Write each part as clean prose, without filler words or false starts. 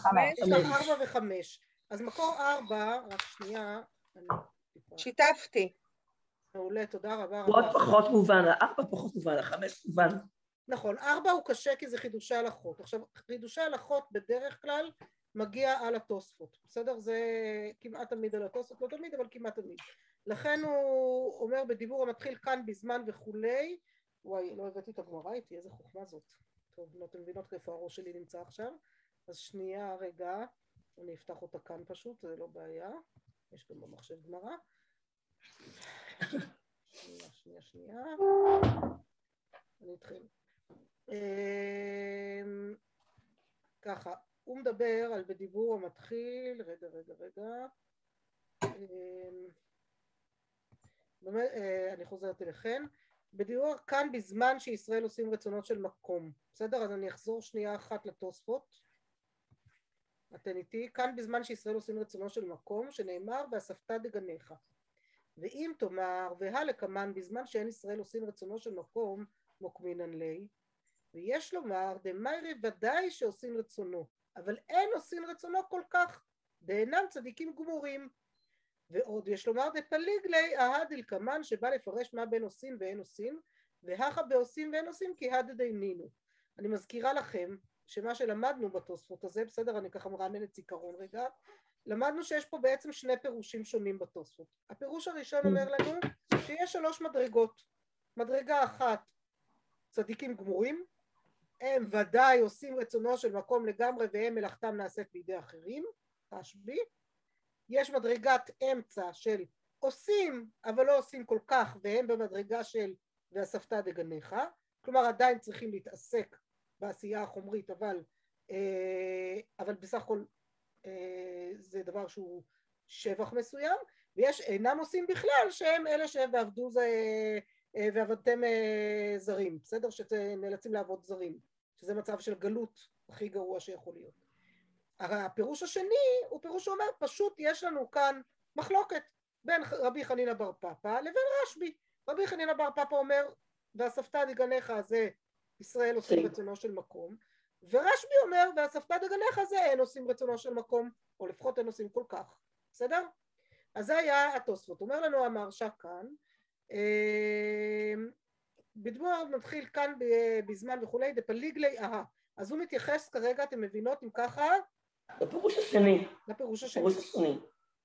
יש לך 4 ו5. אז מקור 4, רק שנייה. שיתפתי. מעולה, תודה רבה. עוד פחות מובן, 4 פחות מובן, 5 מובן. נכון, 4 הוא קשה כי זה חידושי הלכות. עכשיו, חידושי הלכות בדרך כלל מגיע על התוספות, בסדר? זה כמעט תמיד על התוספות, לא תמיד, אבל כמעט תמיד. לכן הוא אומר בדיבור המתחיל כאן בזמן וכולי, וואי, לא הבאתי את הגמרא איתי, איזה חוכמה זאת. טוב, אתם מבינות איפה הראש שלי נמצא עכשיו? אז שנייה, רגע, אני אפתח אותה כאן פשוט, זה לא בעיה. יש גם במחשב גמרא. שנייה. אני אתחיל. ככה, הוא מדבר על בדיבור המתחיל, רגע. אני חוזרת אליכם. בדיבור כאן בזמן שישראל עושים רצונות של מקום. בסדר? אז אני אחזור שנייה אחת לתוספות. אתן איתי. כאן בזמן שישראל עושים רצונו של מקום, שנאמר ואספת דגניך. ואם תאמר והלקמן בזמן שאין ישראל עושים רצונו של מקום, מוקמינן לי, ויש לומר דמיירי ודאי שעושים רצונו, אבל אין עושים רצונו כל כך, דאינם צדיקים גמורים. ועוד יש לומר דפליג לי ההדלקמן שבא לפרש מה בין עושים ואין עושים, והכה בעושים ואין עושים כי הד דינינו. אני מזכירה לכם שמה שלמדנו בתוספות הזה, בסדר, אני ככה מרעננת זיכרון רגע, למדנו שיש פה בעצם 2 פירושים שונים בתוספות. הפירוש הראשון אומר לנו שיש 3 מדרגות. מדרגה אחת, צדיקים גמורים, הם ודאי עושים רצונו של מקום לגמרי והם מלאכתם נעשית בידי אחרים, רשב"י. יש מדרגת אמצע של עושים אבל לא עושים כל כך והם במדרגה של ואספת דגניך, כלומר עדיין צריכים להתעסק בעשייה החומרית אבל בסך הכל זה דבר שהוא שבח מסוים, ויש אינם עושים בכלל שהם אלה שעבדו ועבדתם זרים, בסדר? שנאלצים לעבוד זרים, שזה מצב של גלות הכי גרוע שיכול להיות. הפירוש השני הוא פירוש שאומר פשוט יש לנו כאן מחלוקת בין רבי חנינא בר פפא לבין רשב"י. רבי חנינא בר פפא אומר ואספת דגניך זה ישראל עושים רצונו של מקום, ורשב"י אומר ואספת דגניך זה אין עושים רצונו של מקום, או לפחות אין עושים כל כך, בסדר? אז זה היה התוספות. אומר לנו המהרש"א כאן, בדבור מתחיל כאן בזמן וכולי דפליג לי אז הוא מתייחס כרגע, אתם מבינות אם ככה? לפירוש השני. לפירוש השני.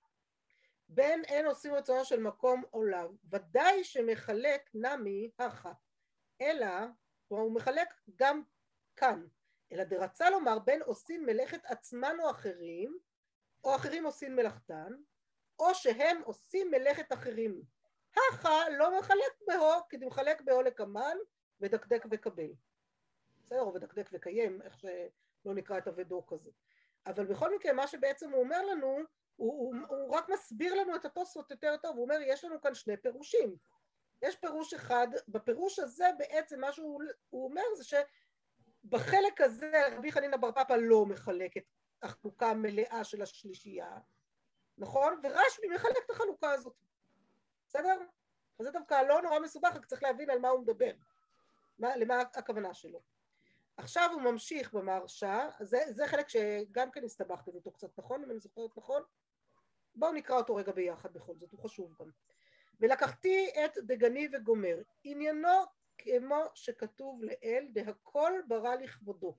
בין אין עושים רצונו של מקום או לאו, ודאי שמחלק נמי הכה, אלא, כלומר הוא מחלק גם כאן, אלא דרצה לומר בין עושים מלאכת עצמן או אחרים, או אחרים עושים מלאכתן, או שהם עושים מלאכת אחרים. הכה לא מחלק בהו, כדי מחלק בהו לקמן, ודקדק וקבל. בסדר, או ודקדק וקיים, איך שלא נקרא את הוודו כזה. אבל בכל מקרה, מה שבעצם הוא אומר לנו, הוא רק מסביר לנו את התוספות יותר טוב, הוא אומר, יש לנו כאן 2 פירושים. יש פירוש אחד, בפירוש הזה בעצם מה שהוא אומר זה שבחלק הזה רבי חנינא בר פפא לא מחלק את החלוקה המלאה של השלישייה, נכון? ורשב"י מחלק את החלוקה הזאת. בסדר? אז זה דווקא לא נורא מסובך, רק צריך להבין על מה הוא מדבר, למה הכוונה שלו. עכשיו הוא ממשיך במהרש"א, זה חלק שגם כן הסתבכתם איתו קצת, נכון? אם אני זוכרת נכון? בואו נקרא אותו רגע ביחד בכל זאת, הוא חשוב גם. ולקחתי את דגני וגומר, עניינו כמו שכתוב לאל, דהכל ברא לכבודו.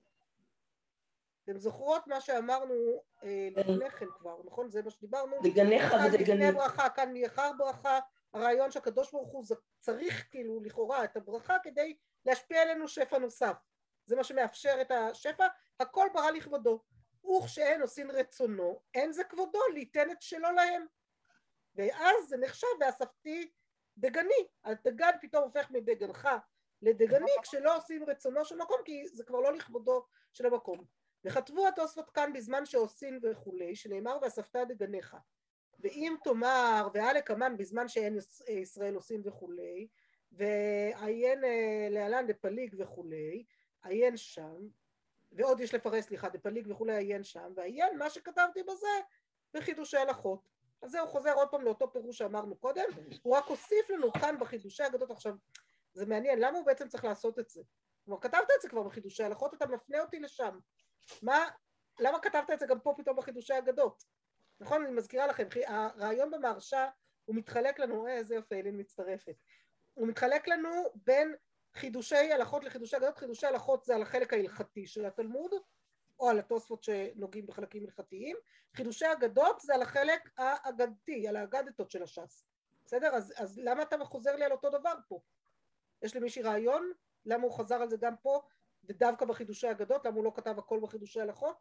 אתם זוכרות מה שאמרנו לפני כן כבר, נכון? זה מה שדיברנו. דגניך זה דגני. לפני ברכה, כאן מאחר ברכה, הרעיון שהקדוש ברוך הוא צריך כאילו לכאורה את הברכה כדי להשפיע עלינו שפע נוסף. זה מה שמאפשר את השפע, הכל ברא לכבודו. וכשאין עושים רצונו, אין זה כבודו, ליתן את שלו להם. ואז זה נחשב ואספתי דגני. הדגן פתאום הופך מדגנך לדגני כשלא עושים רצונו של מקום, כי זה כבר לא לכבודו של המקום. וכתבו התוספות כאן בזמן שעושים וכולי, שנאמר ואספת דגניך. ואם תאמר והלקמן בזמן שאין ישראל עושים וכולי, ועיין להלן דפליג וכולי, עיין שם, ועוד יש לפרש סליחה דפליג וכולי עיין שם, ועיין מה שכתבתי בזה בחידושי הלכות. אז זהו חוזר עוד פעם לאותו פירוש שאמרנו קודם, הוא רק הוסיף לנו כאן בחידושי הגדות. עכשיו זה מעניין, למה הוא בעצם צריך לעשות את זה? כלומר כתבת את זה כבר בחידושי הלכות, אתה מפנה אותי לשם. למה כתבת את זה גם פה פתאום בחידושי אגדות? נכון, אני מזכירה לכם, הרעיון במהרש"א הוא מתחלק לנו, איזה יופי, אילין מצטרפת, הוא מתחלק לנו בין חידושי הלכות לחידושי אגדות. חידושי הלכות זה על החלק ההלכתי של התלמוד, או על התוספות שנוגעים בחלקים הלכתיים. חידושי אגדות זה על החלק האגדתי, על האגדתות של הש"ס. בסדר? אז למה אתה חוזר לי על אותו דבר פה? יש למישהי רעיון? למה הוא חזר על זה גם פה, ודווקא בחידושי אגדות? למה הוא לא כתב הכל בחידושי הלכות?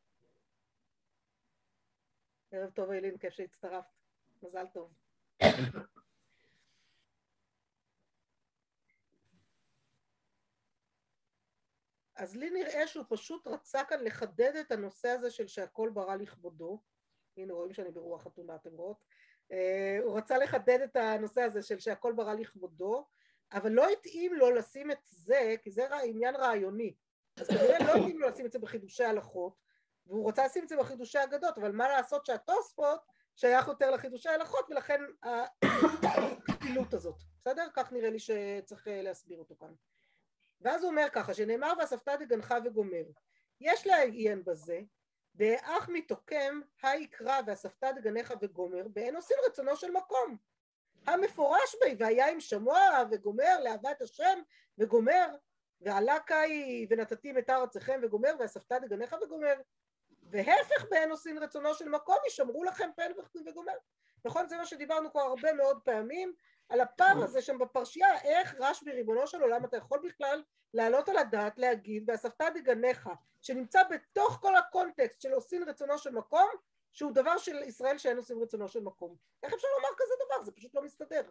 ערב טוב אילין, כיף שהצטרפת. מזל טוב. אז לי נראה שהוא פשוט רצה כאן לחדד את הנושא הזה של שהכל ברא לכבודו. הנה רואים שאני ברוח חתונה, אתם רואות. הוא רצה לחדד את הנושא הזה של שהכל ברא לכבודו, אבל לא התאים לו לשים את זה, כי זה עניין רעיוני. אז כנראה לא התאים לו לשים את זה בחידושי הלכות, והוא רצה לשים את זה בחידושי אגדות, אבל מה לעשות שהתוספות שייך יותר לחידושי הלכות, ולכן הפעילות הזאת. בסדר? כך נראה לי שצריך להסביר אותו כאן. ואז הוא אומר ככה, שנאמר ואספת דגנך וגומר. יש לעיין בזה, דאח מתוקם היקרא ואספת דגניך וגומר, באין עושים רצונו של מקום. המפורש בי, והיה עם שמוע וגומר, לאהבת השם וגומר, ועלה קאי ונתתי את ארצכם וגומר, ואספת דגניך וגומר. והפך באין עושים רצונו של מקום, ישמרו לכם פן וגומר. נכון? זה מה שדיברנו כבר הרבה מאוד פעמים, על הפער הזה שם בפרשייה, איך רשב"י ריבונו של עולם אתה יכול בכלל לעלות על הדעת להגיד ואספת דגניך, שנמצא בתוך כל הקונטקסט של עושים רצונו של מקום, שהוא דבר של ישראל שאין עושים רצונו של מקום. איך אפשר לומר כזה דבר? זה פשוט לא מסתדר.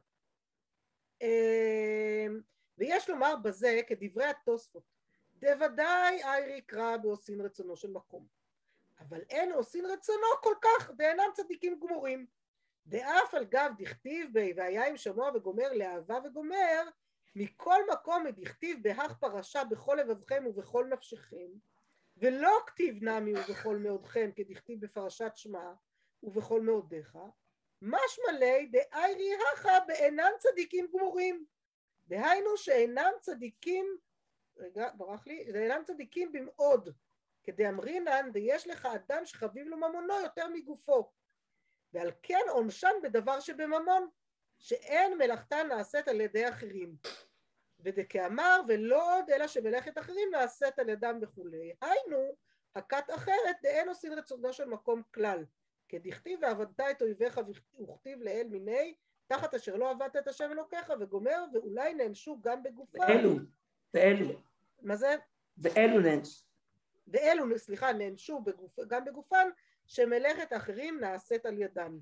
ויש לומר בזה כדברי התוספות, דוודאי איירי קרא בעושים רצונו של מקום, אבל אין עושים רצונו כל כך ואינם צדיקים גמורים. דאף על גב דכתיב בי והיה עם שמוע וגומר לאהבה וגומר, מכל מקום דכתיב בהך פרשה בכל לבבכם ובכל נפשכם, ולא כתיב נמי ובכל מאודכם כדכתיב בפרשת שמע ובכל מאודיך, משמע ליה דאיירי הכה באינם צדיקים גמורים. דהיינו שאינם צדיקים, רגע ברח לי, אינם צדיקים במאוד, כדאמרינן ויש לך אדם שחביב לו ממונו יותר מגופו, ועל כן עונשן בדבר שבממון, שאין מלאכתה נעשית על ידי אחרים. ודכאמר ולא עוד אלא שמלאכת אחרים נעשית על ידם וכולי. היינו, הכת אחרת דאין עושים רצונו של מקום כלל. כדכתיב ועבדת את אויביך וכתיב לאל מיני, תחת אשר לא עבדת את השם אלוקיך וגומר, ואולי נענשו גם בגופם. ואלו. מה זה? ואלו נענשו. ואלו, סליחה, נענשו גם בגופן, שמלאכת אחרים נעשית על ידם.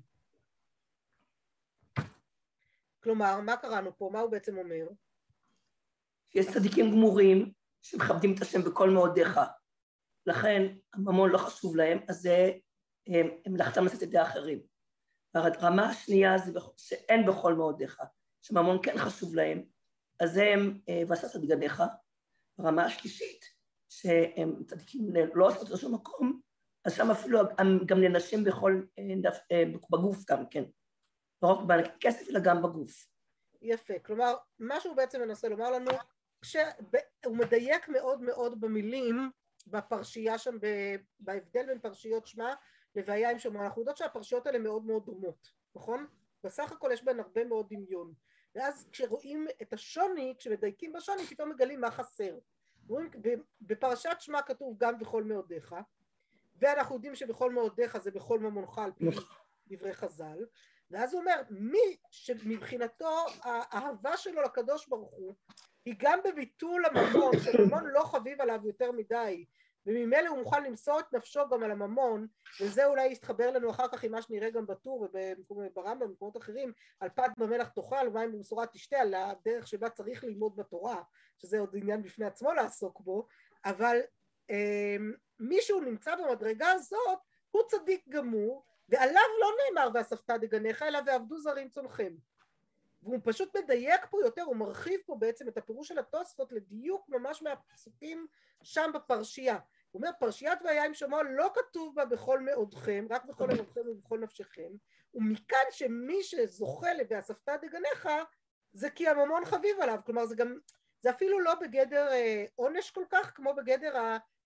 כלומר, מה קראנו פה? מה הוא בעצם אומר? שיש צדיקים גמורים שמכבדים את השם בכל מאודיך, לכן הממון לא חשוב להם, אז הם מלאכתם נעשית על ידי האחרים. הרמה השנייה זה שאין בכל מאודיך, שממון כן חשוב להם, אז הם ועשת דגניך. הרמה השלישית, שהם צדיקים לא עושים את שום מקום, אז שם אפילו הם גם ננשים בגוף גם כן, לא רק בכסף אלא גם בגוף. יפה, כלומר מה שהוא בעצם מנסה לומר לנו, הוא מדייק מאוד מאוד במילים בפרשייה שם, בהבדל בין פרשיות שמע לוויה עם שמוע. אנחנו יודעות שהפרשיות האלה מאוד מאוד דומות, נכון? בסך הכל יש בהן הרבה מאוד דמיון, ואז כשרואים את השוני, כשמדייקים בשוני פתאום מגלים מה חסר. בפרשת שמע כתוב גם בכל מאודיך, ואנחנו יודעים שבכל מאודיך זה בכל ממונך על פי דברי חז"ל, ואז הוא אומר מי שמבחינתו האהבה שלו לקדוש ברוך הוא היא גם בביטול הממון, שממון לא חביב עליו יותר מדי, וממילא הוא מוכן למסור את נפשו גם על הממון, וזה אולי יתחבר לנו אחר כך עם מה שנראה גם בטור וברמב"ם במקומות אחרים, על פת במלח תאכל ומים במשורה תשתה, על הדרך שבה צריך ללמוד בתורה, שזה עוד עניין בפני עצמו לעסוק בו, אבל מישהו נמצא במדרגה הזאת, הוא צדיק גמור, ועליו לא נאמר ואספת דגניך, אלא ועבדו זרים צונכם. והוא פשוט מדייק פה יותר, הוא מרחיב פה בעצם את הפירוש של התוספות לדיוק ממש מהפסוקים שם בפרשייה. הוא אומר פרשיית והיה עם שמוע לא כתוב בה בכל מאודכם, רק בכל לבבכם ובכל נפשכם, ומכאן שמי שזוכה ל"ואספת דגניך" זה כי הממון חביב עליו, כלומר זה אפילו לא בגדר עונש כל כך, כמו בגדר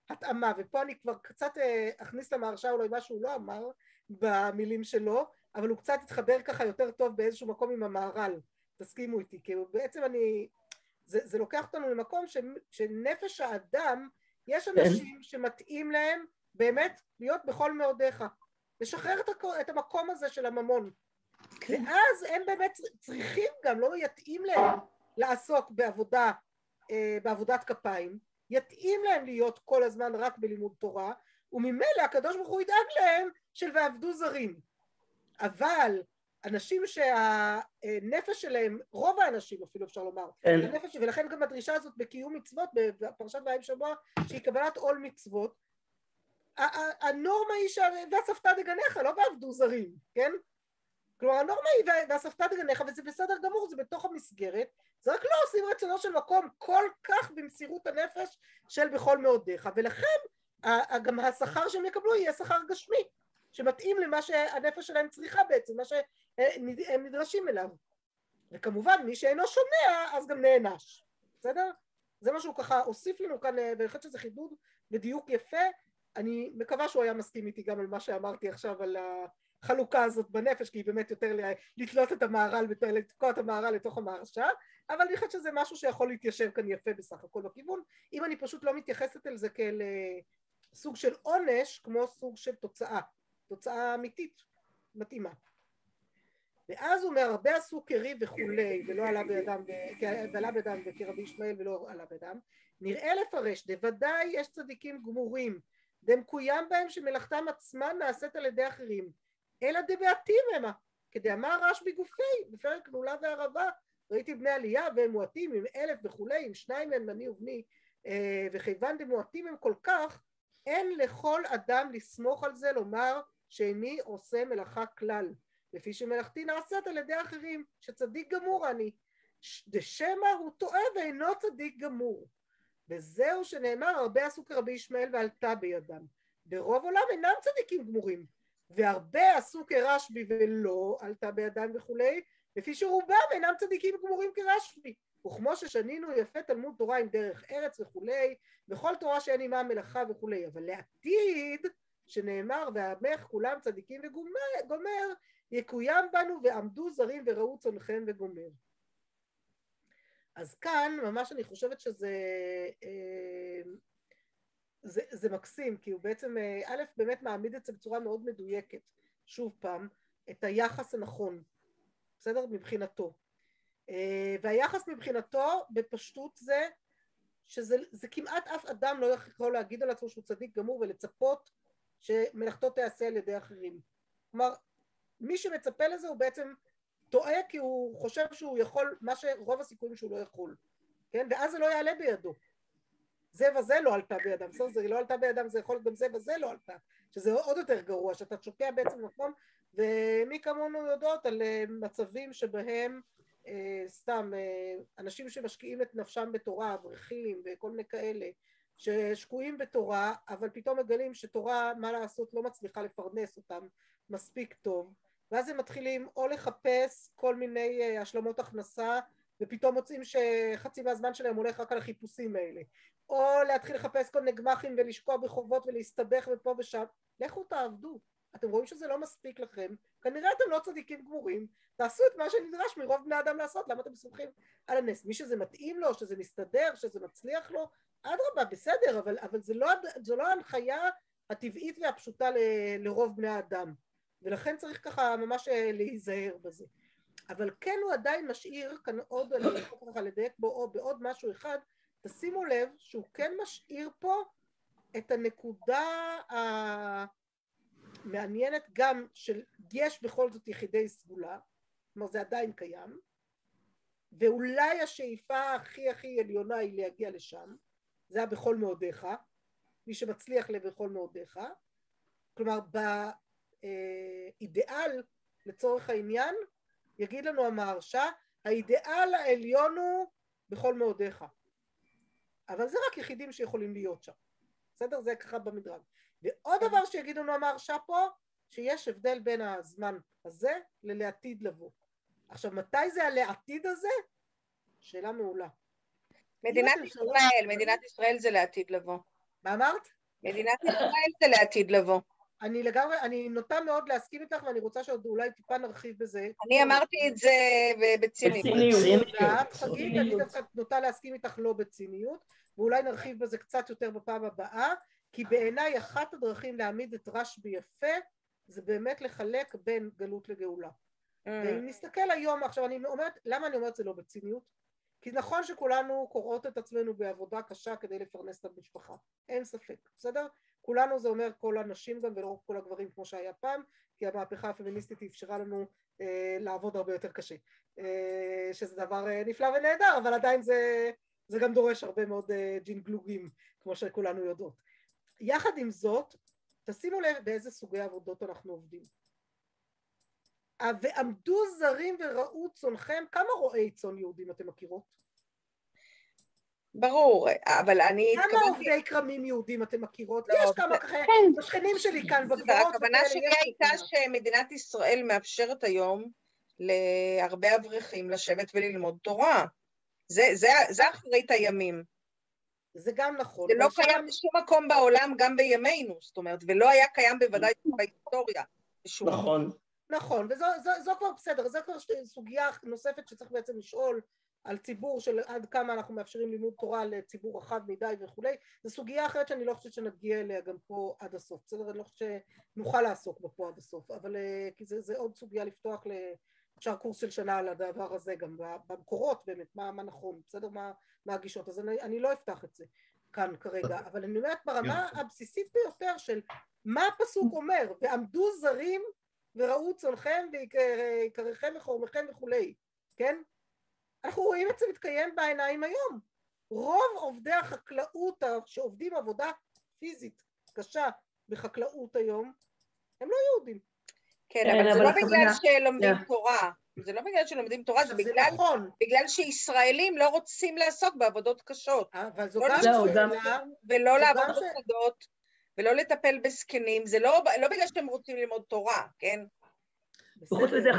התאמה, ופה אני כבר קצת אכניס למהרש"א אולי מה שהוא לא אמר במילים שלו, אבל הוא קצת התחבר ככה יותר טוב באיזשהו מקום עם המהר"ל, תסכימו איתי, כי בעצם זה לוקח אותנו למקום שנפש האדם, יש אנשים שמתאים להם באמת להיות בכל מאודיך, לשחרר את המקום הזה של הממון, ואז הם באמת צריכים גם, לא יתאים להם לעסוק בעבודת כפיים, יתאים להם להיות כל הזמן רק בלימוד תורה, וממילא הקדוש ברוך הוא ידאג להם של ועבדו זרים. אבל אנשים שהנפש שלהם, רוב האנשים אפילו אפשר לומר, הנפש, ולכן גם הדרישה הזאת בקיום מצוות, בפרשת ויהי בשבוע, שהיא קבלת עול מצוות, הנורמה היא ואספת דגניך, לא ועבדו זרים, כן? כלומר הנורמה היא ואספת דגניך, וזה בסדר גמור, זה בתוך המסגרת, זה רק לא עושים רצונו של מקום כל כך במסירות הנפש של בכל מאודיך, ולכן גם השכר שהם יקבלו יהיה שכר גשמי, שמתאים למה שהנפש שלהם צריכה בעצם, מה שהם נדרשים אליו. וכמובן מי שאינו שומע אז גם נענש, בסדר? זה משהו ככה הוסיף לנו כאן, ואני חושבת שזה חידוד בדיוק יפה, אני מקווה שהוא היה מסכים איתי גם על מה שאמרתי עכשיו על החלוקה הזאת בנפש, כי היא באמת יותר לתלות את המהר"ל, לתקוע את המהר"ל לתוך המהרש"א, אבל אני חושבת שזה משהו שיכול להתיישב כאן יפה בסך הכל בכיוון, אם אני פשוט לא מתייחסת אל זה כאל סוג של עונש, כמו סוג של תוצאה אמיתית, מתאימה. ואז הוא אומר, הרבה עשו כריב וכולי, ולא עלה בידם, וכרבי ישמעאל ולא עלה בידם, נראה לפרש, דוודאי יש צדיקים גמורים, דמקוים בהם שמלאכתם עצמן נעשית על ידי אחרים, אלא דבעתים המה, כדאמר רשב"י גופי, בפרק נעולה וערבה, ראיתי בני עלייה והם מועטים עם 1000 וכולי, עם 2 הם אני ובני, וכיוון דמועטים הם כל כך, אין לכל אדם לסמוך על זה לומר שאיני עושה מלאכה כלל, לפי שמלאכתי נעשית על ידי אחרים, שצדיק גמור אני, דשמא הוא טועה ואינו צדיק גמור. וזהו שנאמר, הרבה עשו כרבי ישמעאל ועלתה בידם. ברוב עולם אינם צדיקים גמורים, והרבה עשו כרשב"י ולא עלתה בידם וכולי, לפי שרובם אינם צדיקים גמורים כרשב"י. וכמו ששנינו יפה תלמוד תורה עם דרך ארץ וכולי, וכל תורה שאין עימה מלאכה וכולי, אבל לעתיד שנאמר והעמך כולם צדיקים וגומר, יקוים בנו ועמדו זרים וראו צונכם וגומר. אז כאן ממש אני חושבת שזה זה מקסים, כי הוא בעצם א' באמת מעמיד את זה בצורה מאוד מדויקת, שוב פעם, את היחס הנכון, בסדר? מבחינתו. והיחס מבחינתו בפשטות זה שזה כמעט אף אדם לא יכול להגיד על עצמו שהוא צדיק גמור ולצפות שמלאכתו תעשה על ידי אחרים. כלומר, מי שמצפה לזה הוא בעצם טועה, כי הוא חושב שהוא יכול מה שרוב הסיכויים שהוא לא יכול, כן? ואז זה לא יעלה בידו. זה וזה לא עלתה בידם, זה לא עלתה בידם, זה יכול להיות גם זה וזה לא עלתה, שזה עוד יותר גרוע, שאתה שוקע בעצם מקום, ומי כמונו יודעות על מצבים שבהם סתם אנשים שמשקיעים את נפשם בתורה, אברכים וכל מיני כאלה, ששקועים בתורה, אבל פתאום מגלים שתורה, מה לעשות, לא מצליחה לפרנס אותם מספיק טוב, ואז הם מתחילים או לחפש כל מיני השלמות הכנסה, ופתאום מוצאים שחצי מהזמן שלהם הולך רק על החיפושים האלה, או להתחיל לחפש כל נגמחים ולשקוע בחובות ולהסתבך ופה ושם. לכו תעבדו, אתם רואים שזה לא מספיק לכם, כנראה אתם לא צדיקים גמורים, תעשו את מה שנדרש מרוב בני אדם לעשות, למה אתם סומכים על הנס? מי שזה מתאים לו, שזה מסתדר, שזה מצליח לו, אדרבה, בסדר, אבל זו לא ההנחיה הטבעית והפשוטה לרוב בני האדם, ולכן צריך ככה ממש להיזהר בזה. אבל כן הוא עדיין משאיר כאן עוד, אני יכול ככה לדייק בו או בעוד משהו אחד, תשימו לב שהוא כן משאיר פה את הנקודה המעניינת גם של יש בכל זאת יחידי סגולה, כלומר זה עדיין קיים, ואולי השאיפה הכי עליונה היא להגיע לשם, זה היה בכל מאודיך, מי שמצליח לבכל מאודיך, כלומר באידאל לצורך העניין, יגיד לנו המהרש"א, האידאל העליון הוא בכל מאודיך. אבל זה רק יחידים שיכולים להיות שם. בסדר? זה ככה במדרג. ועוד דבר שיגידו לנו המהרש"א פה, שיש הבדל בין הזמן הזה לעתיד לבוא. עכשיו, מתי זה לעתיד הזה? שאלה מעולה. מדינת ישראל זה לעתיד לבוא. מה אמרת? מדינת ישראל זה לעתיד לבוא. אני נוטה מאוד להסכים איתך, ואני רוצה שעוד אולי טיפה נרחיב בזה. אני אמרתי את זה בציניות. אני דווקא נוטה להסכים איתך לא בציניות, ואולי נרחיב בזה קצת יותר בפעם הבאה, כי בעיניי אחת הדרכים להעמיד את רשב"י יפה, זה באמת לחלק בין גלות לגאולה. ואם נסתכל היום, עכשיו אני אומרת, למה אני אומרת זה לא בציניות? כי נכון שכולנו קוראות את עצמנו בעבודה קשה כדי לפרנס את המשפחה, אין ספק, בסדר? כולנו זה אומר כל הנשים גם ולא כל הגברים כמו שהיה פעם, כי המהפכה הפמיניסטית אפשרה לנו לעבוד הרבה יותר קשה, שזה דבר נפלא ונהדר, אבל עדיין זה גם דורש הרבה מאוד ג'ינגלוגים, כמו שכולנו יודעות. יחד עם זאת, תשימו לב באיזה סוגי עבודות אנחנו עובדים. ועמדו זרים וראו צונכם, כמה רועי צאן יהודים אתם מכירות? ברור, אבל אני כמה עובדי כרמים יהודים אתם מכירות? יש כמה ככה, השכנים שלי כאן בגברות. הכוונה שלי הייתה שמדינת ישראל מאפשרת היום להרבה אברכים לשבת וללמוד תורה. זה אחרית הימים. זה גם נכון. זה לא קיים בשום מקום בעולם, גם בימינו, זאת אומרת, ולא היה קיים בוודאי בהיסטוריה. נכון. נכון, וזו כבר בסדר, זו כבר סוגיה נוספת שצריך בעצם לשאול על ציבור של עד כמה אנחנו מאפשרים לימוד תורה לציבור רחב מדי וכולי, זו סוגיה אחרת שאני לא חושבת שנגיע אליה גם פה עד הסוף, בסדר? אני לא חושבת שנוכל לעסוק בה פה עד הסוף, אבל כי זה עוד סוגיה לפתוח אפשר קורס של שנה על הדבר הזה גם במקורות באמת, מה נכון, בסדר? מה הגישות, אז אני לא אפתח את זה כאן כרגע, אבל אני אומרת ברמה הבסיסית ביותר של מה הפסוק אומר, ועמדו זרים וראו צונכם ויקריכם וחורמכם וכולי, כן? אנחנו רואים את זה מתקיים בעיניים היום. רוב עובדי החקלאות שעובדים עבודה פיזית קשה בחקלאות היום, הם לא יהודים. כן, אבל זה לא בגלל שלומדים תורה. זה לא בגלל שלומדים תורה, זה בגלל שישראלים לא רוצים לעסוק בעבודות קשות. אבל זו גם שאלה. ולא לעבוד בשדות, ולא לטפל בסקנים, זה לא בגלל שאתם רוצים ללמוד תורה, כן? וחוץ מזה,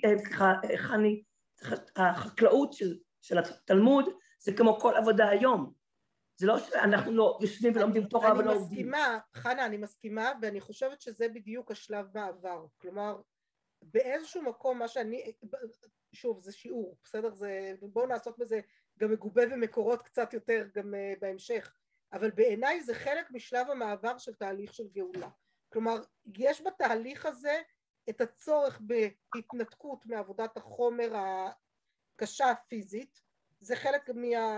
חני, החקלאות של התלמוד זה כמו כל עבודה היום. זה לא שאנחנו לא יושבים ולומדים תורה ולא עובדים. אני מסכימה, חנה, אני מסכימה, ואני חושבת שזה בדיוק השלב מעבר. כלומר, באיזשהו מקום, מה שאני, שוב, זה שיעור, בסדר? בואו נעסוק בזה גם מגובה במקורות קצת יותר גם בהמשך. אבל בעיניי זה חלק משלב המעבר של תהליך של גאולה. כלומר, יש בתהליך הזה את הצורך בהתנתקות מעבודת החומר הקשה הפיזית, זה חלק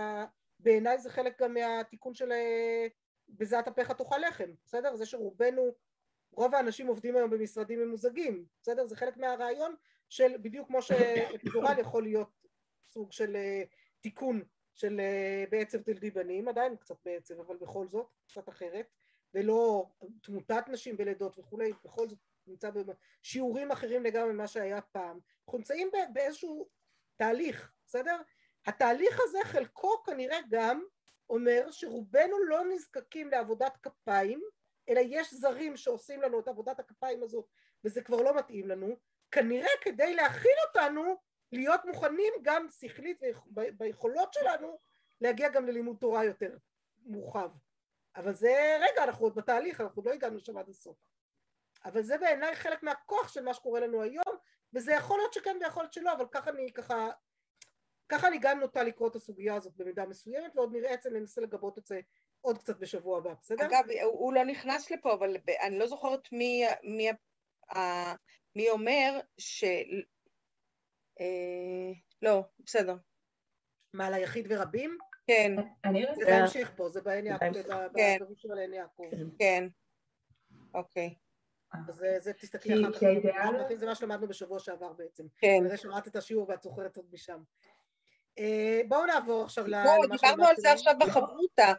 בעיניי זה חלק גם מהתיקון של בזעת אפיך תאכל לחם, בסדר? זה שרובנו, רוב האנשים עובדים היום במשרדים ממוזגים, בסדר? זה חלק מהרעיון של בדיוק כמו שאפידורל יכול להיות סוג של תיקון של בעצב תלדי בנים, עדיין קצת בעצב, אבל בכל זאת קצת אחרת, ולא תמותת נשים בלידות וכולי, בכל זאת נמצא בשיעורים אחרים לגמרי ממה שהיה פעם. אנחנו נמצאים באיזשהו תהליך, בסדר? התהליך הזה חלקו כנראה גם אומר שרובנו לא נזקקים לעבודת כפיים, אלא יש זרים שעושים לנו את עבודת הכפיים הזאת, וזה כבר לא מתאים לנו, כנראה כדי להכין אותנו להיות מוכנים גם שכלית ביכולות שלנו להגיע גם ללימוד תורה יותר מורחב. אבל זה רגע, אנחנו עוד בתהליך, אנחנו לא הגענו שם עד הסוף. אבל זה בעיניי חלק מהכוח של מה שקורה לנו היום, וזה יכול להיות שכן ויכול להיות שלא, אבל ככה אני גם נוטה לקרוא את הסוגיה הזאת במידה מסוימת, ועוד נראה את זה, ננסה לגבות את זה עוד קצת בשבוע הבא, בסדר? אגב, הוא לא נכנס לפה, אבל אני לא זוכרת מי אומר לא, בסדר. מה, על היחיד ורבים? כן. זה בהמשך פה, זה בעין יעקב, בפירוש של העין יעקב. כן, אוקיי. אז זה תסתכלי אחר כך, זה מה שלמדנו בשבוע שעבר בעצם. כן. נראה שמעת את השיעור ואת זוכרת עוד משם. בואו נעבור עכשיו דיברנו על זה עכשיו בחברותה.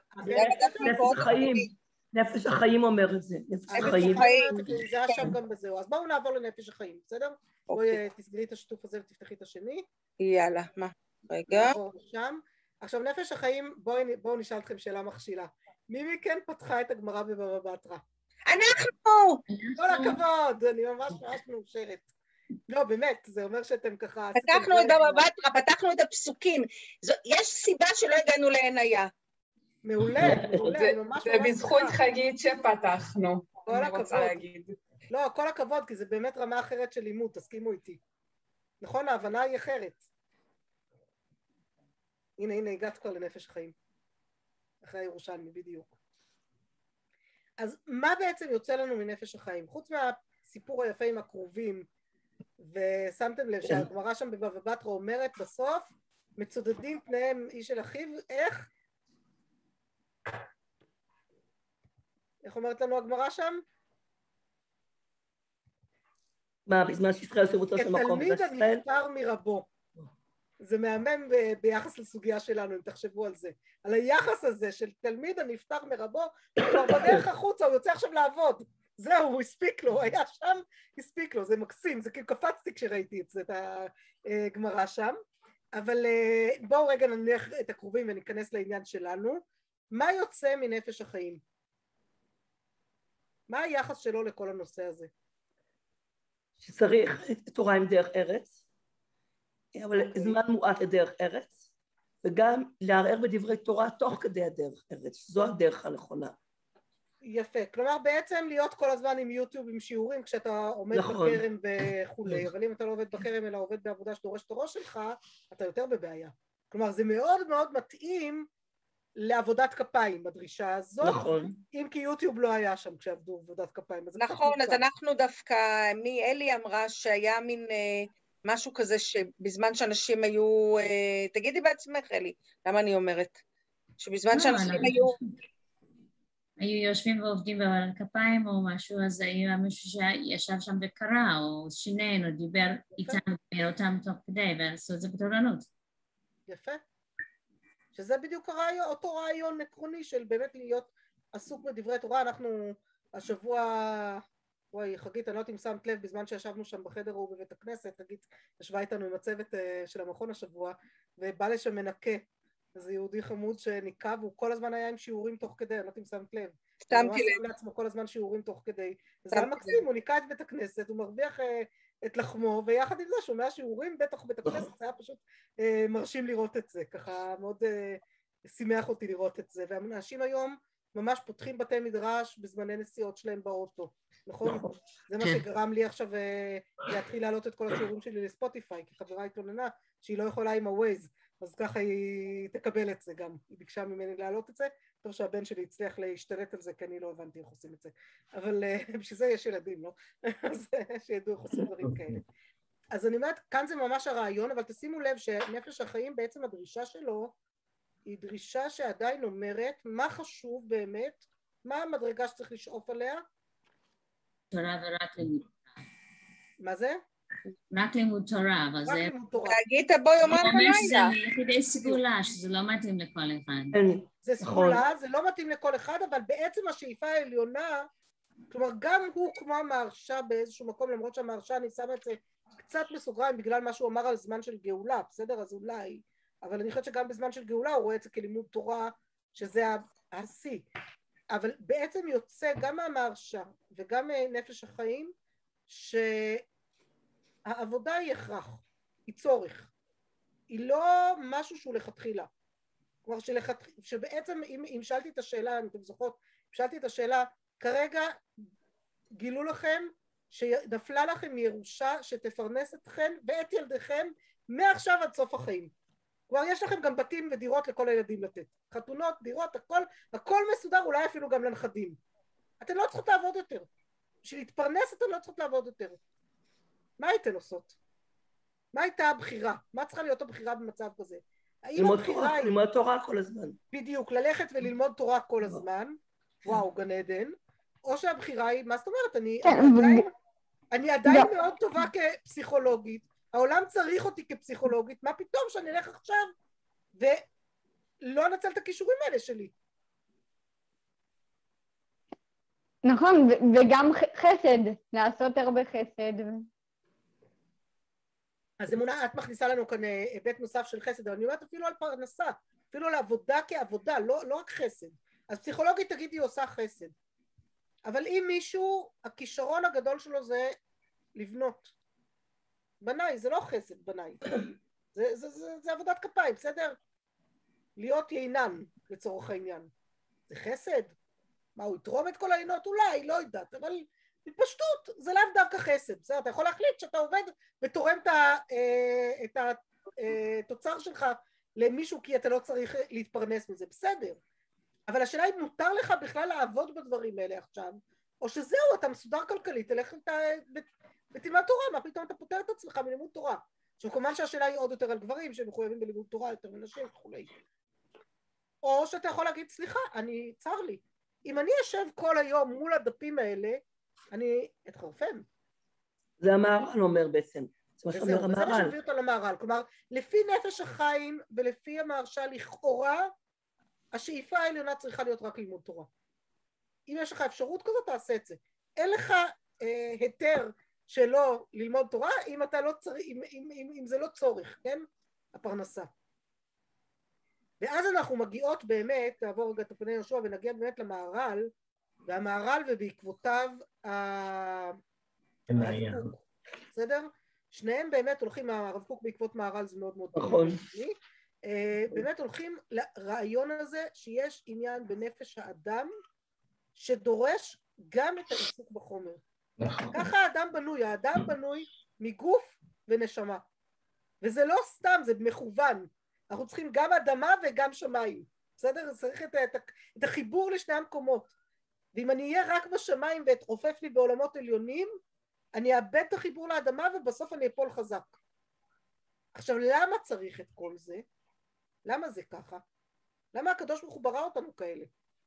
נפש החיים אומר את זה. נפש החיים. זה היה שם גם בזהו. אז בואו נעבור לנפש החיים, בסדר? בואי תסגרי את השיתוף הזה ותפתחי את השני. יאללה, מה? רגע. עכשיו נפש החיים, בואו נשאל אתכם שאלה מכשילה. מי מכן פתחה את הגמרא בבבא בתרא? אנחנו! כל הכבוד, אני ממש מאושרת. לא, באמת, זה אומר שאתם ככה... פתחנו את בבא בתרא, פתחנו את הפסוקים. יש סיבה שלא הגענו לעיניה. מעולה, מעולה, אני ממש זה בזכות חגית שפתחנו, אני רוצה להגיד. לא, כל הכבוד, כי זה באמת רמה אחרת של לימוד, תסכימו איתי. נכון, ההבנה היא אחרת. הנה, הגעת כבר לנפש החיים. אחרי הירושלמי, בדיוק. אז מה בעצם יוצא לנו מנפש החיים? חוץ מהסיפור היפה עם הקרובים, ושמתם לב שהגמרא שם בבבא בתרא אומרת בסוף, מצודדים פניהם איש אל אחיו, איך? איך אומרת לנו הגמרא שם? מה, בזמן שישראל עושים אותו של מקום? כתלמיד הנפטר מרבו. זה מהמם ביחס לסוגיה שלנו, אם תחשבו על זה. על היחס הזה של תלמיד הנפטר מרבו, הוא כבר בדרך החוצה, הוא יוצא עכשיו לעבוד. זהו, הוא הספיק לו, היה שם, הספיק לו, זה מקסים, זה כאילו קפצתי כשראיתי את הגמרא שם. אבל בואו רגע נניח את הקרובים וניכנס לעניין שלנו. מה יוצא מנפש החיים? מה היחס שלו לכל הנושא הזה? שצריך תורה עם דרך ארץ, אבל זמן מועט לדרך ארץ, וגם לערער בדברי תורה תוך כדי הדרך ארץ, זו הדרך הנכונה. יפה, כלומר בעצם להיות כל הזמן עם יוטיוב, עם שיעורים, כשאתה עומד בכרם וכולי, אבל אם אתה לא עובד בכרם אלא עובד בעבודה שדורשת את הראש שלך, אתה יותר בבעיה. כלומר זה מאוד מאוד מתאים לעבודת כפיים בדרישה הזאת, נכון. אם כי יוטיוב לא היה שם כשעבדו עבודת כפיים. נכון, אז אנחנו דווקא, אלי אמרה שהיה מין משהו כזה שבזמן שאנשים היו, תגידי בעצמך אלי, למה אני אומרת? שבזמן שאנשים היו יושבים ועובדים על כפיים או משהו, אז היה מישהו שישב שם וקרא או שינן או דיבר איתם אותם תוך כדי ועשו את זה בתורנות. יפה. שזה בדיוק אותו רעיון עקרוני של באמת להיות עסוק בדברי תורה. אנחנו השבוע, וואי חגית, אני לא יודעת אם שמת לב, בזמן שישבנו שם בחדר הוא בבית הכנסת, חגית ישבה איתנו עם הצוות של המכון השבוע, ובא לשם מנקה, איזה יהודי חמוד שניקה, והוא כל הזמן היה עם שיעורים תוך כדי, אני לא יודעת אם שמת לב. שמתי לב. הוא שם לעצמו כל הזמן שיעורים תוך כדי, זה היה מקסים, הוא ניקה את בית הכנסת, הוא מרוויח את לחמו, ויחד עם זה שומע שיעורים בתוך בית הכנסת, זה היה פשוט מרשים לראות את זה, ככה מאוד שימח אותי לראות את זה, והאנשים היום ממש פותחים בתי מדרש בזמני נסיעות שלהם באוטו, נכון? זה מה שגרם לי עכשיו להתחיל להעלות את כל השיעורים שלי לספוטיפיי, כי חברה התלוננה שהיא לא יכולה עם הווייז, אז ככה היא תקבל את זה גם, היא ביקשה ממני להעלות את זה, טוב שהבן שלי הצליח להשתלט על זה, כי אני לא הבנתי איך עושים את זה, אבל בשביל זה יש ילדים, לא? אז שידעו איך עושים דברים כאלה. אז אני אומרת, כאן זה ממש הרעיון, אבל תשימו לב שנפש החיים בעצם הדרישה שלו, היא דרישה שעדיין אומרת מה חשוב באמת, מה המדרגה שצריך לשאוף עליה? תורה ורק לימוד. מה זה? רק לימוד תורה, אבל זה... רק לימוד תורה. להגיד בו יומם ולילה. זה יחידי סגולה, שזה לא מתאים לכל אחד. זה סגולה, זה לא מתאים לכל אחד, אבל בעצם השאיפה העליונה, כלומר גם הוא כמו המהרש"א באיזשהו מקום, למרות שהמהרש"א אני שמה את זה קצת בסוגריים בגלל מה שהוא אמר על זמן של גאולה, בסדר? אז אולי, אבל אני חושבת שגם בזמן של גאולה הוא רואה את זה כלימוד תורה, שזה השיא. אבל בעצם יוצא גם מהמהרש"א וגם מנפש החיים, שהעבודה היא הכרח, היא צורך. היא לא משהו שהוא לכתחילה. כלומר שבעצם אם שאלתי את השאלה, אם אתם זוכרות, שאלתי את השאלה, כרגע גילו לכם שנפלה לכם ירושה שתפרנס אתכם ואת ילדיכם מעכשיו עד סוף החיים. כבר יש לכם גם בתים ודירות לכל הילדים לתת. חתונות, דירות, הכל מסודר, אולי אפילו גם לנכדים. אתן לא צריכות לעבוד יותר. בשביל להתפרנס אתן לא צריכות לעבוד יותר. מה הייתן עושות? מה הייתה הבחירה? מה צריכה להיות הבחירה במצב כזה? ללמוד תורה כל הזמן. בדיוק, ללכת וללמוד תורה כל הזמן. וואו, גן עדן. או שהבחירה היא, מה זאת אומרת? אני עדיין מאוד טובה כפסיכולוגית. העולם צריך אותי כפסיכולוגית, מה פתאום שאני אלך עכשיו ולא אנצל את הכישורים האלה שלי. נכון, וגם חסד, לעשות הרבה חסד. אז אמונה, את מכניסה לנו כאן היבט נוסף של חסד, אבל אני אומרת אפילו על פרנסה, אפילו על עבודה כעבודה, לא רק חסד. אז פסיכולוגית תגידי היא עושה חסד. אבל אם מישהו, הכישרון הגדול שלו זה לבנות. בניי, זה לא חסד בניי. זה עבודת כפיים, בסדר? להיות יינן לצורך העניין. זה חסד? מה, הוא יתרום את כל העינות? אולי, לא יודעת, אבל בפשטות זה לאו דווקא חסד. בסדר, אתה יכול להחליט שאתה עובד ותורם את התוצר שלך למישהו כי אתה לא צריך להתפרנס מזה, בסדר. אבל השאלה היא, מותר לך בכלל לעבוד בדברים האלה עכשיו, או שזהו, אתה מסודר כלכלית, תלך בתלמד תורה, מה פתאום אתה פותר את עצמך מלימוד תורה. עכשיו כמובן שהשאלה היא עוד יותר על גברים שמחויבים בלימוד תורה יותר מנשים וכולי. או שאתה יכול להגיד, סליחה, צר לי, אם אני אשב כל היום מול הדפים האלה, אני אתחרפן. זה המהר"ל אומר בעצם. וזה מה שמביא אותו למהר"ל. כלומר, לפי נפש החיים ולפי המהרש"ל לכאורה, השאיפה העליונה צריכה להיות רק ללמוד תורה. אם יש לך אפשרות כזאת, תעשה את זה. אין לך היתר שלא ללמוד תורה, אם אתה לא צריך, אם זה לא צורך, כן? הפרנסה. ואז אנחנו מגיעות באמת, לעבור רגע את פני יהושע, ונגיע באמת למהר"ל, והמהר"ל ובעקבותיו הרב קוק. בסדר? שניהם באמת הולכים, הרב קוק בעקבות מהר"ל זה מאוד מאוד נכון. באמת הולכים לרעיון הזה שיש עניין בנפש האדם שדורש גם את העיסוק בחומר. ככה האדם בנוי, האדם בנוי מגוף ונשמה. וזה לא סתם, זה מכוון. אנחנו צריכים גם אדמה וגם שמיים. בסדר? צריך את החיבור לשני המקומות. ואם אני אהיה רק בשמיים ואתרופף לי בעולמות עליונים, אני אאבד את החיבור לאדמה ובסוף אני אפול חזק. עכשיו, למה צריך את כל זה? למה זה ככה? למה הקדוש ברוך הוא ברא אותנו כאלה?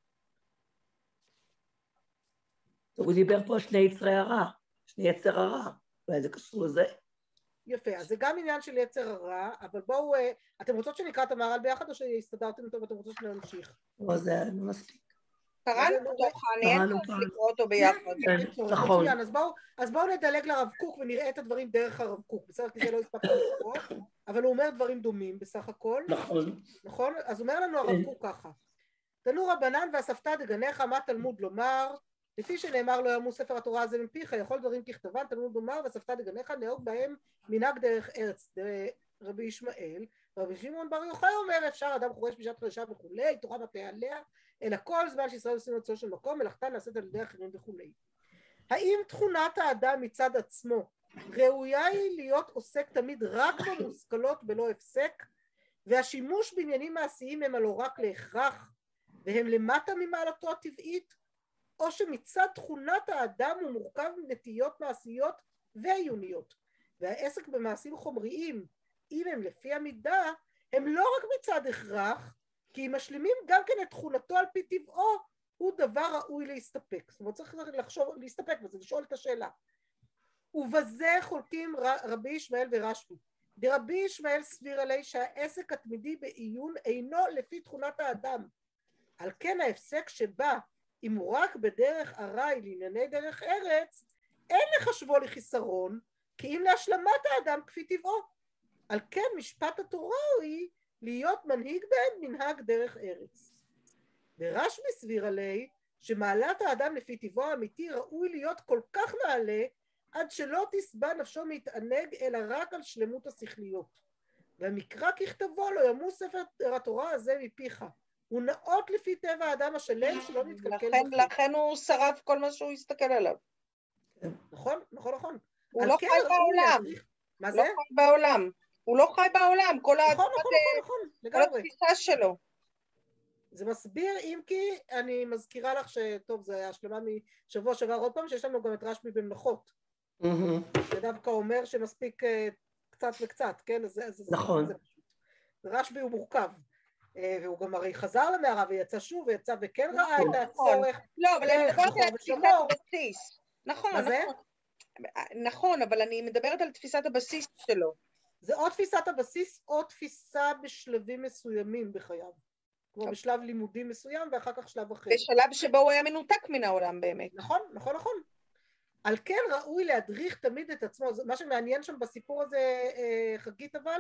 הוא דיבר פה שני יצרי הרע, שני יצר הרע, אולי זה קשור לזה. יפה, אז זה גם עניין של יצר הרע, אבל בואו, אתם רוצות שנקרא את המהר"ל ביחד או שהסתדרתם אותו ואתם רוצות שנמשיך? לא, זה לא מספיק. קראנו אותו, חני, אין צורך לקרוא אותו ביחד. נכון. אז בואו נדלג לרב קוק ונראה את הדברים דרך הרב קוק, בסדר? כי זה לא הספקנו לקרוא, אבל הוא אומר דברים דומים בסך הכל. נכון. נכון? אז אומר לנו הרב קוק ככה, תנו רבנן ואספתא דגניך, מה תלמוד לומר? לפי שנאמר לא ימוס ספר התורה הזה מפיך, יכול דברים ככתבן, תלמוד לומר ואספתא דגניך, נהוג בהם מנהג דרך ארץ, רבי ישמעאל, רבי שמעון בר יוחאי אומר, אפשר אדם חורש בשעת חדשה וכולי, תורה מפה עליה, אלא כל זמן שישראל עושים רצון של מקום, מלאכתה נעשית על ידי אחרים וכולי. האם תכונת האדם מצד עצמו ראויה היא להיות עוסק תמיד רק במושכלות בלא הפסק, והשימוש בעניינים מעשיים הם הלא רק להכרח, והם למטה ממעלתו הטבעית, או שמצד תכונת האדם הוא מורכב מנטיות מעשיות ועיוניות, והעסק במעשים חומריים, אם הם לפי המידה, הם לא רק מצד הכרח, כי אם משלימים גם כן את תכונתו על פי טבעו, הוא דבר ראוי להסתפק. זאת אומרת, צריך לחשוב, להסתפק בזה, לשאול את השאלה. ובזה חולקים רבי ישמעאל ורשב"י. דרבי ישמעאל סביר עלי שהעסק התמידי בעיון אינו לפי תכונת האדם. על כן ההפסק שבא, אם הוא רק בדרך ארעי לענייני דרך ארץ, אין לחשבו לחיסרון, כי אם להשלמת האדם כפי טבעו. על כן משפט התורה היא להיות מנהיג בהם מנהג דרך ארץ. ורשב"י סביר עלי שמעלת האדם לפי טבעו האמיתי ראוי להיות כל כך נעלה עד שלא תסבע נפשו מתענג אלא רק על שלמות השכליות. והמקרא ככתבו לא ימוס ספר התורה הזה מפיך. הוא נאות לפי טבע האדם השלם שלא נתקלקל בכם. לכן הוא שרף כל מה שהוא הסתכל עליו. נכון, נכון, נכון. הוא לא חי בעולם. מה זה? לא חי בעולם. הוא לא חי בעולם. כל התפיסה שלו. זה מסביר, אם כי אני מזכירה לך שטוב, זה היה השלמה משבוע שעבר עוד פעם, שיש לנו גם את רשב"י במלאכות. שדווקא אומר שמספיק קצת וקצת, כן? נכון. רשב"י הוא מורכב. והוא גם הרי חזר למערה ויצא שוב ויצא וכן ראה את הצורך. לא, אבל אני מדברת על תפיסת הבסיס. נכון, אבל אני מדברת על תפיסת הבסיס שלו. זה או תפיסת הבסיס או תפיסה בשלבים מסוימים בחייו. כמו בשלב לימודי מסוים ואחר כך שלב אחר. בשלב שבו הוא היה מנותק מן העולם באמת. נכון, נכון, נכון. על כן ראוי להדריך תמיד את עצמו. מה שמעניין שם בסיפור הזה, חגית אבל,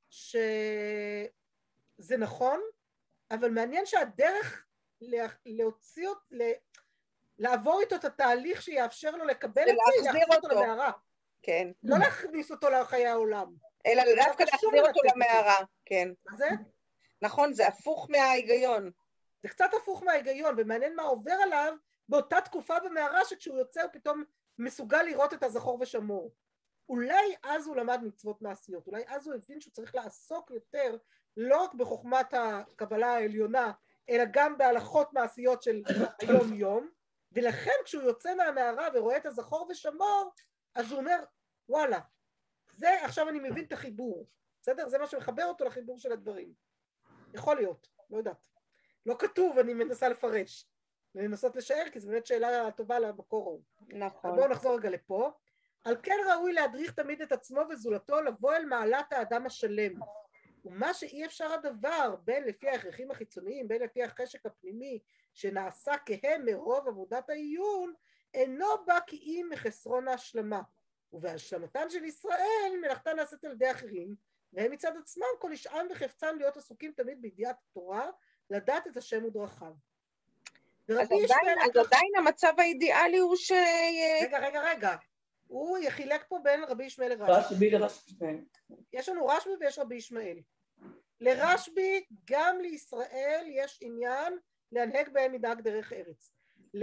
זה נכון, אבל מעניין שהדרך להוציא לעבור איתו את התהליך שיאפשר לו לקבל את זה, היא להחזיר אותו למערה. כן. לא להכניס אותו לחיי העולם. אלא דווקא להחזיר אותו למערה, כן. מה זה? נכון, זה הפוך מההיגיון. זה קצת הפוך מההיגיון, ומעניין מה עובר עליו באותה תקופה במערה, שכשהוא יוצא הוא פתאום מסוגל לראות את הזכור ושמור. אולי אז הוא למד מצוות מעשיות, אולי אז הוא הבין שהוא צריך לעסוק יותר, לא רק בחוכמת הקבלה העליונה, אלא גם בהלכות מעשיות של היום יום, ולכן כשהוא יוצא מהמערה ורואה את הזכור ושמור, אז הוא אומר, וואלה, זה עכשיו אני מבין את החיבור, בסדר? זה מה שמחבר אותו לחיבור של הדברים. יכול להיות, לא יודעת. לא כתוב, אני מנסה לפרש. לנסות לשער, כי זו באמת שאלה טובה למקור. נכון. בואו נחזור רגע לפה. על כן ראוי להדריך תמיד את עצמו וזולתו לבוא אל מעלת האדם השלם. ומה שאי אפשר הדבר, בין לפי ההכרחים החיצוניים, בין לפי החשק הפנימי, שנעשה כהם מרוב עבודת העיון, אינו בא כי אם מחסרון ההשלמה. ובהשלמתן של ישראל, מלאכתה נעשית על ידי אחרים, והם מצד עצמם כל ישעם וחפצם להיות עסוקים תמיד בידיעת התורה, לדעת את השם ודרכיו. אז עדיין המצב האידיאלי הוא ש... רגע. הוא יחילק פה בין רבי ישמעאל לרשב"י. יש לנו רשב"י ויש רבי ישמעאל. לרשב"י, גם לישראל יש עניין להנהג בהם מדרג דרך ארץ.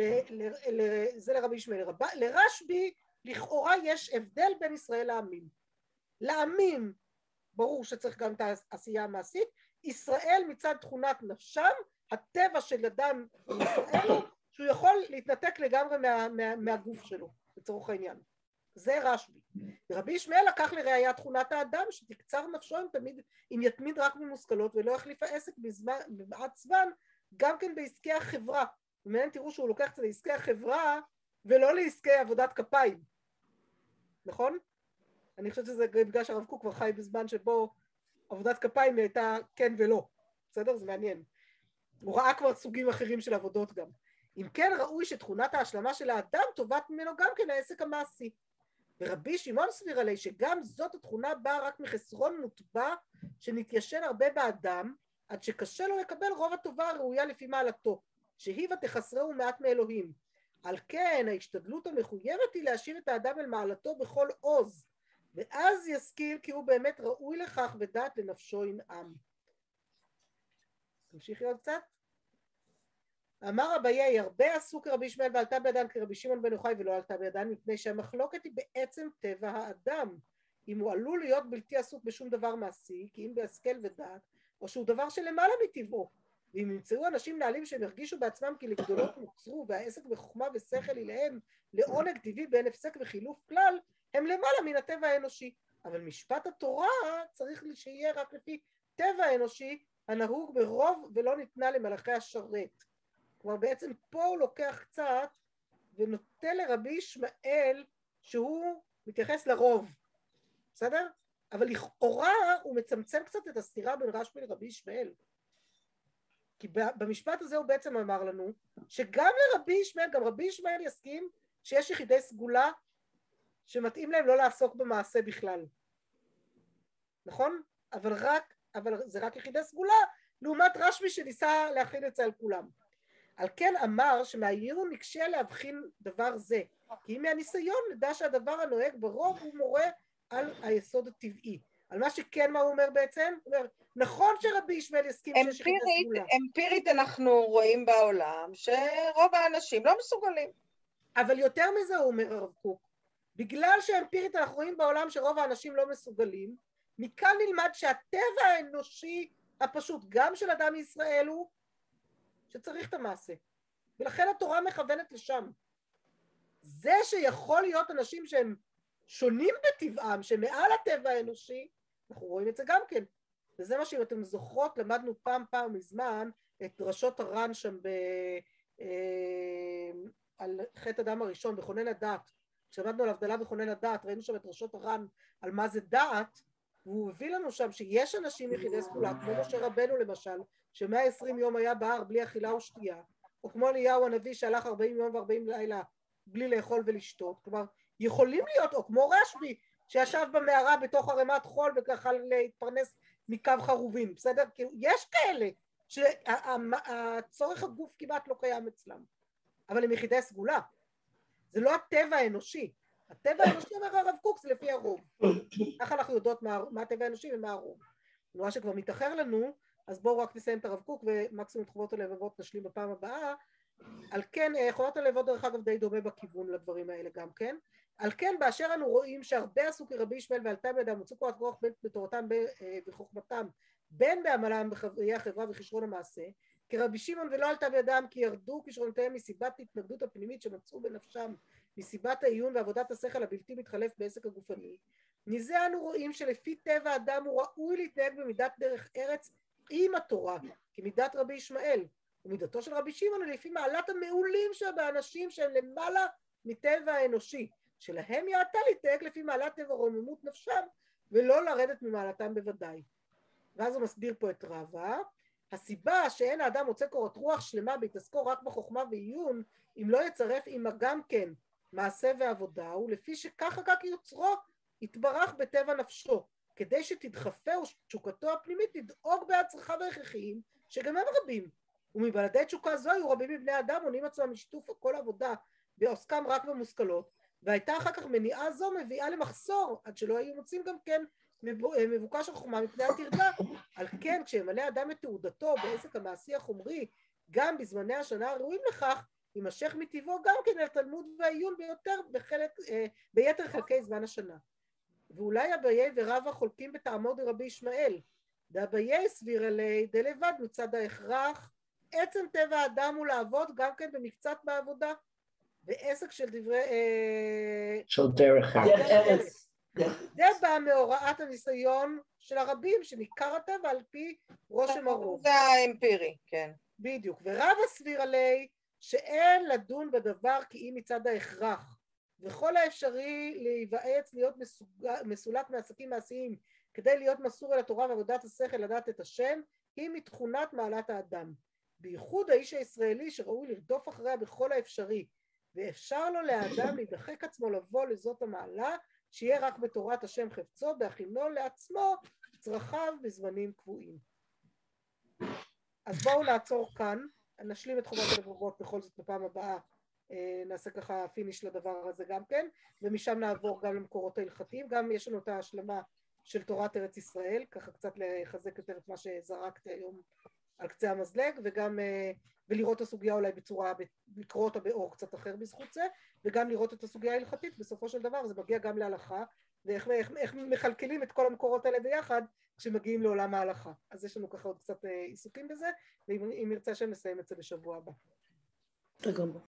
זה לרבי ישמעאל. לרשב"י, לכאורה יש הבדל בין ישראל לעמים. לעמים, ברור שצריך גם את העשייה המעשית, ישראל מצד תכונת נפשם, הטבע של אדם בישראל, שהוא יכול להתנתק לגמרי מהגוף שלו, לצורך העניין. זה רשב"י. ורבי ישמעאל לקח לראיה תכונת האדם, שתקצר נפשו אם יתמיד רק ממושכלות, ולא יחליף העסק במעט זמן, גם כן בעסקי החברה. ומעניין תראו שהוא לוקח את זה לעסקי החברה, ולא לעסקי עבודת כפיים. נכון? אני חושבת שזה בגלל שהרב קוק כבר חי בזמן שבו עבודת כפיים הייתה כן ולא. בסדר? זה מעניין. הוא ראה כבר סוגים אחרים של עבודות גם. אם כן ראוי שתכונת ההשלמה של האדם טובת ממנו גם כן העסק המעשי. ורבי שמעון סביר עלי שגם זאת התכונה באה רק מחסרון מוטבע שנתיישן הרבה באדם, עד שקשה לו לקבל רוב הטובה הראויה לפי מעלתו, שהיא ותחסרהו מעט מאלוהים. על כן ההשתדלות המחויבת היא להשאיר את האדם אל מעלתו בכל עוז, ואז ישכיל כי הוא באמת ראוי לכך ודעת לנפשו ינעם. תמשיכי עוד קצת. אמר אביי, הרבה עשו כרבי ישמעאל ועלתה בידן כרבי שמעון בן יוחאי ולא עלתה בידן, מפני שהמחלוקת היא בעצם טבע האדם. אם הוא עלול להיות בלתי עסוק בשום דבר מעשי, כי אם בהשכל ודעת, או שהוא דבר שלמעלה מטבעו. ואם ימצאו אנשים נעלים שהם הרגישו בעצמם כי לגדולות נוצרו, והעסק בחוכמה ושכל אליהם לעונג טבעי בין הפסק וחילוף כלל, הם למעלה מן הטבע האנושי. אבל משפט התורה צריך שיהיה רק לפי טבע האנושי, הנהוג ברוב ולא ניתנה למלאכי השרת. כלומר בעצם פה הוא לוקח קצת ונוטה לרבי ישמעאל שהוא מתייחס לרוב, בסדר? אבל לכאורה הוא מצמצם קצת את הסתירה בין רשב"י לרבי ישמעאל. כי במשפט הזה הוא בעצם אמר לנו שגם לרבי ישמעאל, גם רבי ישמעאל יסכים שיש יחידי סגולה שמתאים להם לא לעסוק במעשה בכלל. נכון? אבל זה רק יחידי סגולה לעומת רשב"י שניסה להכין את זה על כולם. על כן אמר שמהעיון נקשה להבחין דבר זה, כי אם מהניסיון נדע שהדבר הנוהג ברוב הוא מורה על היסוד הטבעי. על מה שכן, מה הוא אומר בעצם? הוא אומר, נכון שרבי ישמעאל יסכים שיש יחידי סגולה. אמפירית אנחנו רואים בעולם שרוב האנשים לא מסוגלים. אבל יותר מזה הוא אומר הרב קוק, בגלל שאמפירית אנחנו רואים בעולם שרוב האנשים לא מסוגלים, מכאן נלמד שהטבע האנושי הפשוט, גם של אדם מישראל, הוא שצריך את המעשה. ולכן התורה מכוונת לשם. זה שיכול להיות אנשים שהם שונים בטבעם, שמעל הטבע האנושי, אנחנו רואים את זה גם כן. וזה מה שאם אתם זוכרות, למדנו פעם מזמן את דרשות הר"ן שם על חטא אדם הראשון, בכונן הדעת. כשלמדנו על הבדלה בכונן הדעת, ראינו שם את דרשות הר"ן על מה זה דעת, והוא הביא לנו שם שיש אנשים יחידי סגולה, כמו משה רבנו למשל, ש120 יום היה בהר בלי אכילה ושתייה, או כמו אליהו הנביא שהלך 40 יום ו40 לילה בלי לאכול ולשתות. כלומר, יכולים להיות, או כמו רשב"י, שישב במערה בתוך ערימת חול וככה להתפרנס מקו חרובים, בסדר? כי יש כאלה שהצורך הגוף כמעט לא קיים אצלם, אבל הם יחידי סגולה. זה לא הטבע האנושי. הטבע האנושי, אומר הרב קוק, זה לפי הרוב. איך אנחנו יודעות מה הטבע האנושי ומה הרוב? נראה שכבר מתאחר לנו, אז בואו רק נסיים את הרב קוק ומקסימום את חובות הלבבות נשלים בפעם הבאה. על כן, חובות הלבבות דרך אגב די דומה בכיוון לדברים האלה גם כן. על כן באשר אנו רואים שהרבה עשו כרבי ישמעאל ועלתה בידם מצאו קורת רוח בתורתם וחוכמתם בין בעמלם בחיי החברה וכישרון המעשה, כרבי שמעון ולא עלתה בידם כי ירדו כישרונותיהם מסיבת התנגדות הפנימית שמצאו בנפשם מסיבת העיון ועבודת השכל הבלתי מתחלף בעסק הגופני. מזה אנו רואים שלפי טבע האדם הוא ראוי להתנהג במידת דרך ארץ עם התורה כמידת רבי ישמעאל, ומידתו של רבי שמעון היא לפי מעלת המעולים שבאנשים שהם למעלה מטבע האנושי, שלהם יעתה להתנהג לפי מעלת טבע רוממות נפשם ולא לרדת ממעלתם בוודאי. ואז הוא מסביר פה את רבא, הסיבה שאין האדם מוצא קורת רוח שלמה בהתעסקו רק בחוכמה ועיון, אם לא יצרף עמה גם כן מעשה ועבודה, ולפי שככה כך יוצרו יתברך בטבע נפשו, כדי שתדחפה ותשוקתו הפנימית לדאוג בעד צרכיו ההכרחיים שגם הם רבים, ומבלעדי תשוקה זו היו רבים מבני אדם עונים עצמם לשיתוף כל עבודה בעוסקם רק במושכלות, והייתה אחר כך מניעה זו מביאה למחסור עד שלא היו מוצאים גם כן מבוקש החוכמה מפני הטרדה. על כן כשימלא אדם את תעודתו בעסק המעשי החומרי גם בזמני השנה הראויים לכך, יימשך מטבעו גם כן על תלמוד והעיון ביתר חלקי זמן השנה. ואולי אביי ורבא חולקים בטעמו דרבי ישמעאל, דאביי סביר עלי דלבד מצד ההכרח עצם טבע האדם הוא לעבוד גם כן במקצת בעבודה בעסק של דברי של דרך ארץ. זה בא מהוראת הניסיון של הרבים שניכר הטבע על פי רושם הרוב. זה האמפירי, כן. בדיוק. ורבא סביר עלי שאין לדון בדבר כי אם מצד ההכרח, וכל האפשרי להיוועץ להיות מסולק מעסקים מעשיים כדי להיות מסור אל התורה ועבודת השכל לדעת את השם, היא מתכונת מעלת האדם. בייחוד האיש הישראלי שראוי לרדוף אחריה בכל האפשרי, ואפשר לו לאדם להידחק עצמו לבוא לזאת המעלה, שיהיה רק בתורת השם חפצו, בהכינו לעצמו צרכיו בזמנים קבועים. אז בואו נעצור כאן, נשלים את חובת הלבבות בכל זאת בפעם הבאה, נעשה ככה פיניש לדבר הזה גם כן, ומשם נעבור גם למקורות ההלכתיים, גם יש לנו את ההשלמה של תורת ארץ ישראל, ככה קצת לחזק יותר את מה שזרקתי היום על קצה המזלג, וגם ולראות את הסוגיה אולי בצורה, לקרוא אותה באור קצת אחר בזכות זה, וגם לראות את הסוגיה ההלכתית, בסופו של דבר זה מגיע גם להלכה, ואיך מחלקלים את כל המקורות האלה ביחד, כשמגיעים לעולם ההלכה. אז יש לנו ככה עוד קצת עיסוקים בזה, ואם נרצה שנסיים את זה בשבוע הבא.